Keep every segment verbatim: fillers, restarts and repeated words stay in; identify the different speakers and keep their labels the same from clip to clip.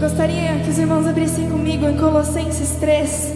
Speaker 1: Gostaria que os irmãos abrissem comigo em Colossenses três.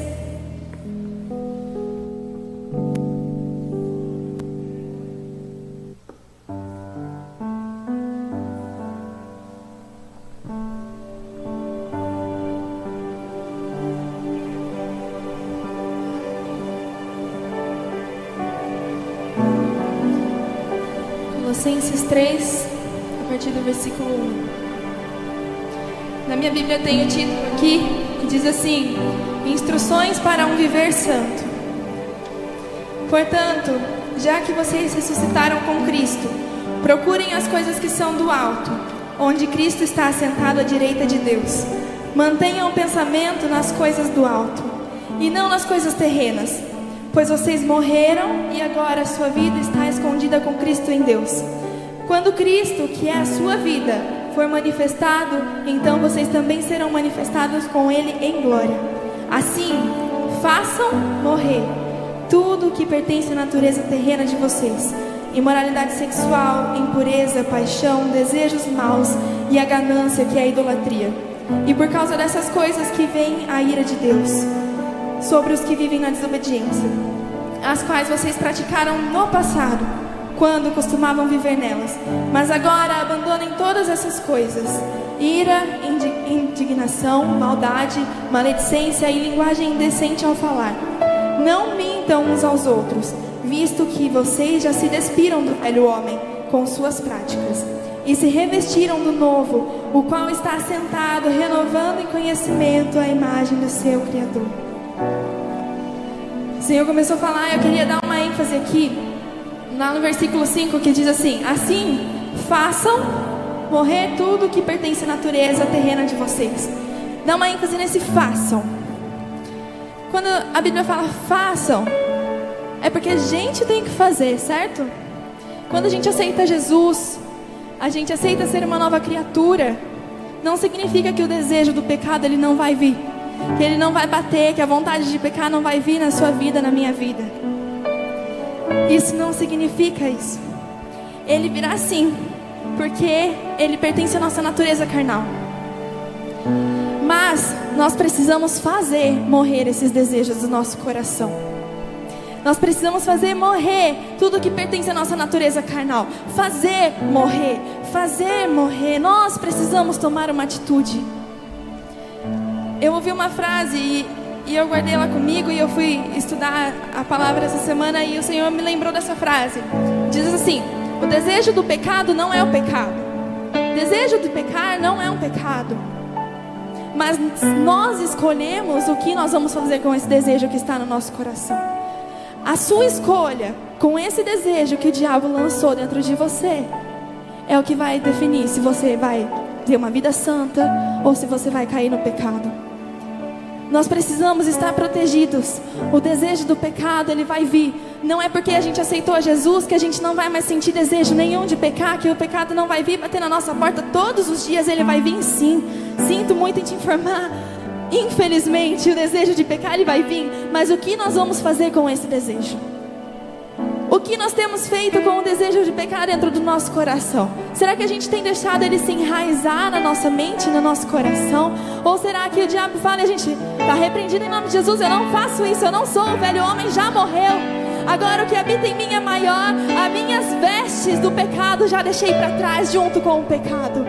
Speaker 1: Colossenses três, a partir do versículo um. Na minha Bíblia tem o título aqui, que diz assim: Instruções para um viver santo. Portanto, já que vocês ressuscitaram com Cristo, procurem as coisas que são do alto, onde Cristo está assentado à direita de Deus. Mantenham o pensamento nas coisas do alto, e não nas coisas terrenas, pois vocês morreram e agora a sua vida está escondida com Cristo em Deus. Quando Cristo, que é a sua vida, for manifestado, então vocês também serão manifestados com Ele em glória. Assim, façam morrer tudo o que pertence à natureza terrena de vocês: imoralidade sexual, impureza, paixão, desejos maus e a ganância, que é a idolatria. E por causa dessas coisas que vem a ira de Deus sobre os que vivem na desobediência, as quais vocês praticaram no passado, quando costumavam viver nelas. Mas agora abandonem todas essas coisas: ira, indignação, maldade, maledicência e linguagem indecente ao falar. Não mintam uns aos outros, visto que vocês já se despiram do velho homem com suas práticas e se revestiram do novo, o qual está assentado, renovando em conhecimento a imagem do seu Criador. O Senhor começou a falar, eu queria dar uma ênfase aqui lá no versículo cinco, que diz assim: assim, façam morrer tudo que pertence à natureza terrena de vocês. Dá uma ênfase nesse façam. Quando a Bíblia fala façam, é porque a gente tem que fazer, certo? Quando a gente aceita Jesus, a gente aceita ser uma nova criatura, não significa que o desejo do pecado ele não vai vir, que ele não vai bater, que a vontade de pecar não vai vir na sua vida, na minha vida. Isso não significa isso. Ele virá sim, porque ele pertence à nossa natureza carnal. Mas nós precisamos fazer morrer esses desejos do nosso coração. Nós precisamos fazer morrer tudo que pertence à nossa natureza carnal. Fazer morrer, fazer morrer. Nós precisamos tomar uma atitude. Eu ouvi uma frase e E eu guardei ela comigo e eu fui estudar a palavra essa semana e o Senhor me lembrou dessa frase. Diz assim: o desejo do pecado não é o pecado. O desejo de pecar não é um pecado. Mas nós escolhemos o que nós vamos fazer com esse desejo que está no nosso coração. A sua escolha com esse desejo que o diabo lançou dentro de você é o que vai definir se você vai ter uma vida santa ou se você vai cair no pecado. Nós precisamos estar protegidos. O desejo do pecado, ele vai vir. Não é porque a gente aceitou Jesus que a gente não vai mais sentir desejo nenhum de pecar, que o pecado não vai vir bater na nossa porta todos os dias. Ele vai vir sim. Sinto muito em te informar, infelizmente o desejo de pecar ele vai vir. Mas o que nós vamos fazer com esse desejo? O que nós temos feito com o desejo de pecar dentro do nosso coração? Será que a gente tem deixado ele se enraizar na nossa mente, no nosso coração? Ou será que o diabo fala e a gente está repreendido em nome de Jesus? Eu não faço isso, eu não sou, o velho homem já morreu. Agora o que habita em mim é maior. As minhas vestes do pecado já deixei para trás junto com o pecado.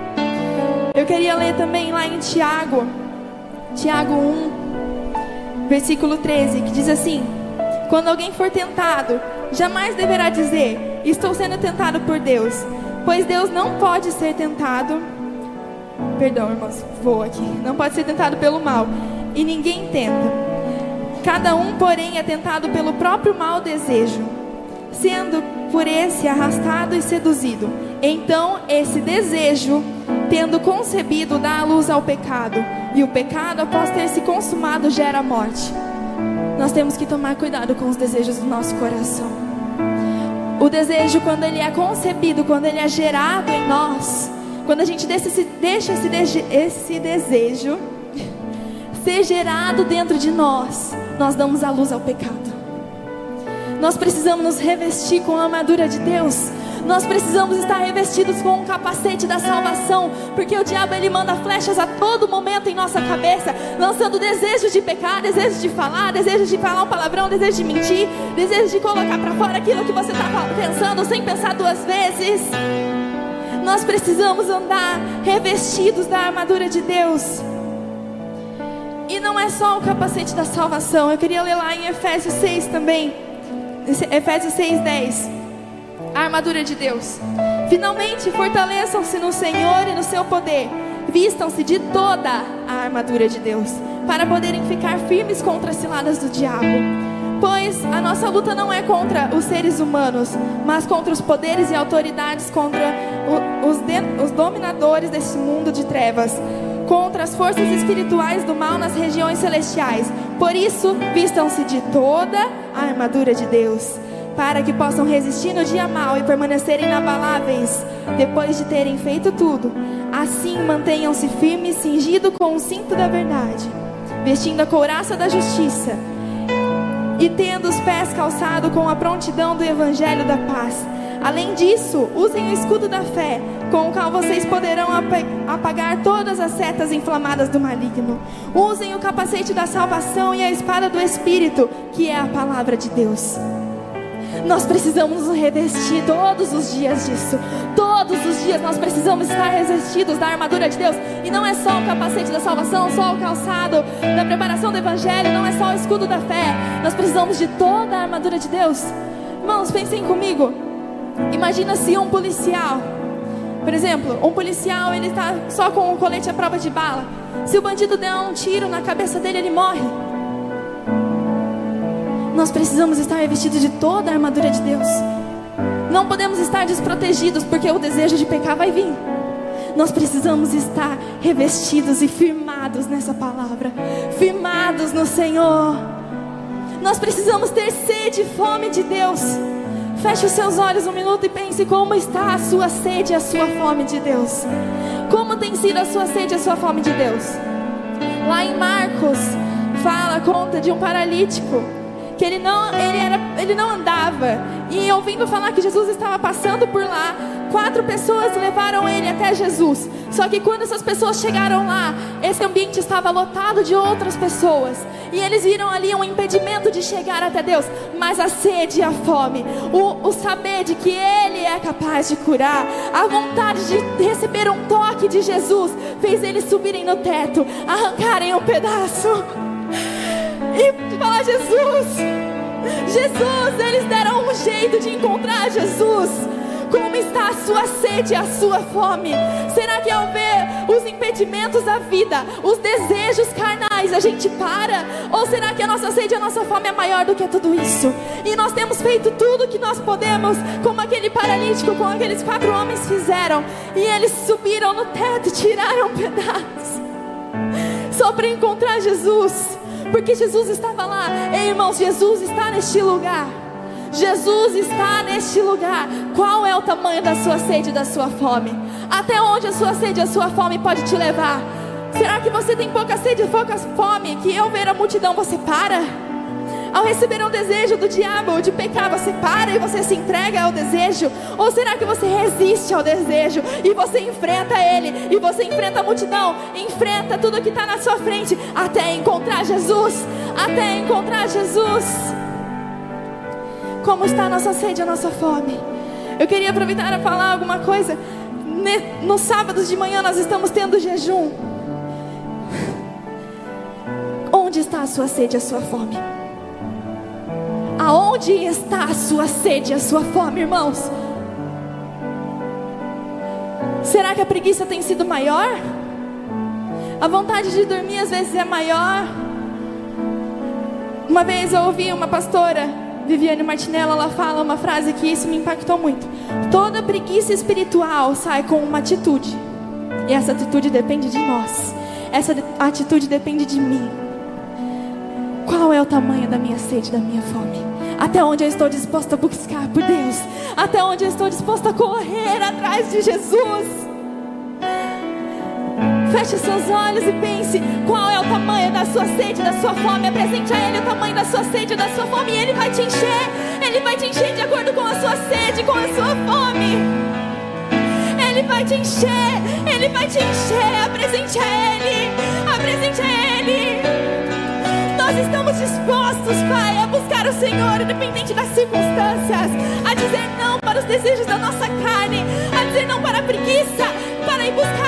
Speaker 1: Eu queria ler também lá em Tiago, Tiago um, versículo treze, que diz assim: quando alguém for tentado, jamais deverá dizer: estou sendo tentado por Deus, pois Deus não pode ser tentado. Perdão, irmãos, vou aqui. Não pode ser tentado pelo mal, e ninguém tenta. Cada um, porém, é tentado pelo próprio mau desejo, sendo por esse arrastado e seduzido. Então, esse desejo, tendo concebido, dá a luz ao pecado, e o pecado, após ter se consumado, gera a morte. Nós temos que tomar cuidado com os desejos do nosso coração. O desejo, quando ele é concebido, quando ele é gerado em nós, quando a gente deixa esse, deixa esse, de, esse desejo ser gerado dentro de nós, nós damos a luz ao pecado. Nós precisamos nos revestir com a armadura de Deus. Nós precisamos estar revestidos com o capacete da salvação, porque o diabo ele manda flechas a todo momento em nossa cabeça, lançando desejos de pecar, desejos de falar, desejos de falar um palavrão, desejos de mentir, desejos de colocar para fora aquilo que você está pensando sem pensar duas vezes. Nós precisamos andar revestidos da armadura de Deus. E não é só o capacete da salvação. Eu queria ler lá em Efésios seis também, Efésios seis, dez. A armadura de Deus. Finalmente fortaleçam-se no Senhor e no seu poder. Vistam-se de toda a armadura de Deus, para poderem ficar firmes contra as ciladas do diabo. Pois a nossa luta não é contra os seres humanos, mas contra os poderes e autoridades, contra os, de, os dominadores desse mundo de trevas, contra as forças espirituais do mal nas regiões celestiais. Por isso, vistam-se de toda a armadura de Deus, para que possam resistir no dia mau e permanecerem inabaláveis, depois de terem feito tudo. Assim, mantenham-se firmes, cingidos com o cinto da verdade, vestindo a couraça da justiça, e tendo os pés calçados com a prontidão do evangelho da paz. Além disso, usem o escudo da fé, com o qual vocês poderão apagar todas as setas inflamadas do maligno. Usem o capacete da salvação e a espada do Espírito, que é a palavra de Deus. Nós precisamos nos revestir todos os dias disso. Todos os dias nós precisamos estar revestidos da armadura de Deus. E não é só o capacete da salvação, só o calçado da preparação do evangelho, não é só o escudo da fé. Nós precisamos de toda a armadura de Deus. Irmãos, pensem comigo. Imagina se um policial, por exemplo, um policial, ele está só com o colete à prova de bala. Se o bandido der um tiro na cabeça dele, ele morre. Nós precisamos estar revestidos de toda a armadura de Deus. Não podemos estar desprotegidos, porque o desejo de pecar vai vir. Nós precisamos estar revestidos e firmados nessa palavra, firmados no Senhor. Nós precisamos ter sede e fome de Deus. Feche os seus olhos um minuto e pense como está a sua sede e a sua fome de Deus. Como tem sido a sua sede e a sua fome de Deus? Lá em Marcos, fala, conta de um paralítico, que ele não, ele era, ele não andava. E ouvindo falar que Jesus estava passando por lá, quatro pessoas levaram ele até Jesus. Só que quando essas pessoas chegaram lá, esse ambiente estava lotado de outras pessoas, e eles viram ali um impedimento de chegar até Deus. Mas a sede e a fome, o, o saber de que Ele é capaz de curar, a vontade de receber um toque de Jesus, fez eles subirem no teto, arrancarem um pedaço e falar: Jesus, Jesus. Eles deram um jeito de encontrar Jesus. Como está a sua sede e a sua fome? Será que ao ver os impedimentos da vida, os desejos carnais, a gente para? Ou será que a nossa sede e a nossa fome é maior do que tudo isso? E nós temos feito tudo o que nós podemos, como aquele paralítico, como aqueles quatro homens fizeram, e eles subiram no teto e tiraram um pedaço, só para encontrar Jesus. Porque Jesus estava lá. Ei, irmãos, Jesus está neste lugar. Jesus está neste lugar. Qual é o tamanho da sua sede e da sua fome? Até onde a sua sede e a sua fome pode te levar? Será que você tem pouca sede e pouca fome, que ao ver a multidão você para? Ao receber um desejo do diabo de pecar, você para e você se entrega ao desejo? Ou será que você resiste ao desejo e você enfrenta ele, e você enfrenta a multidão, enfrenta tudo que está na sua frente, até encontrar Jesus? Até encontrar Jesus. Como está a nossa sede e a nossa fome? Eu queria aproveitar a falar alguma coisa. Nos sábados de manhã nós estamos tendo jejum. Onde está a sua sede e a sua fome? Aonde está a sua sede e a sua fome, irmãos? Será que a preguiça tem sido maior? A vontade de dormir às vezes é maior? Uma vez eu ouvi uma pastora, Viviane Martinello, ela fala uma frase que isso me impactou muito. Toda preguiça espiritual sai com uma atitude, e essa atitude depende de nós. Essa atitude depende de mim. Qual é o tamanho da minha sede, da minha fome? Até onde eu estou disposta a buscar por Deus? Até onde eu estou disposta a correr atrás de Jesus? Feche seus olhos e pense: qual é o tamanho da sua sede, da sua fome. Apresente a Ele o tamanho da sua sede, da sua fome, e Ele vai te encher. Ele vai te encher de acordo com a sua sede, com a sua fome. Ele vai te encher, Ele vai te encher. Apresente a Ele, apresente a Ele. Nós estamos dispostos, Pai, a buscar o Senhor, independente das circunstâncias, a dizer não para os desejos da nossa carne, a dizer não para a preguiça, para ir buscar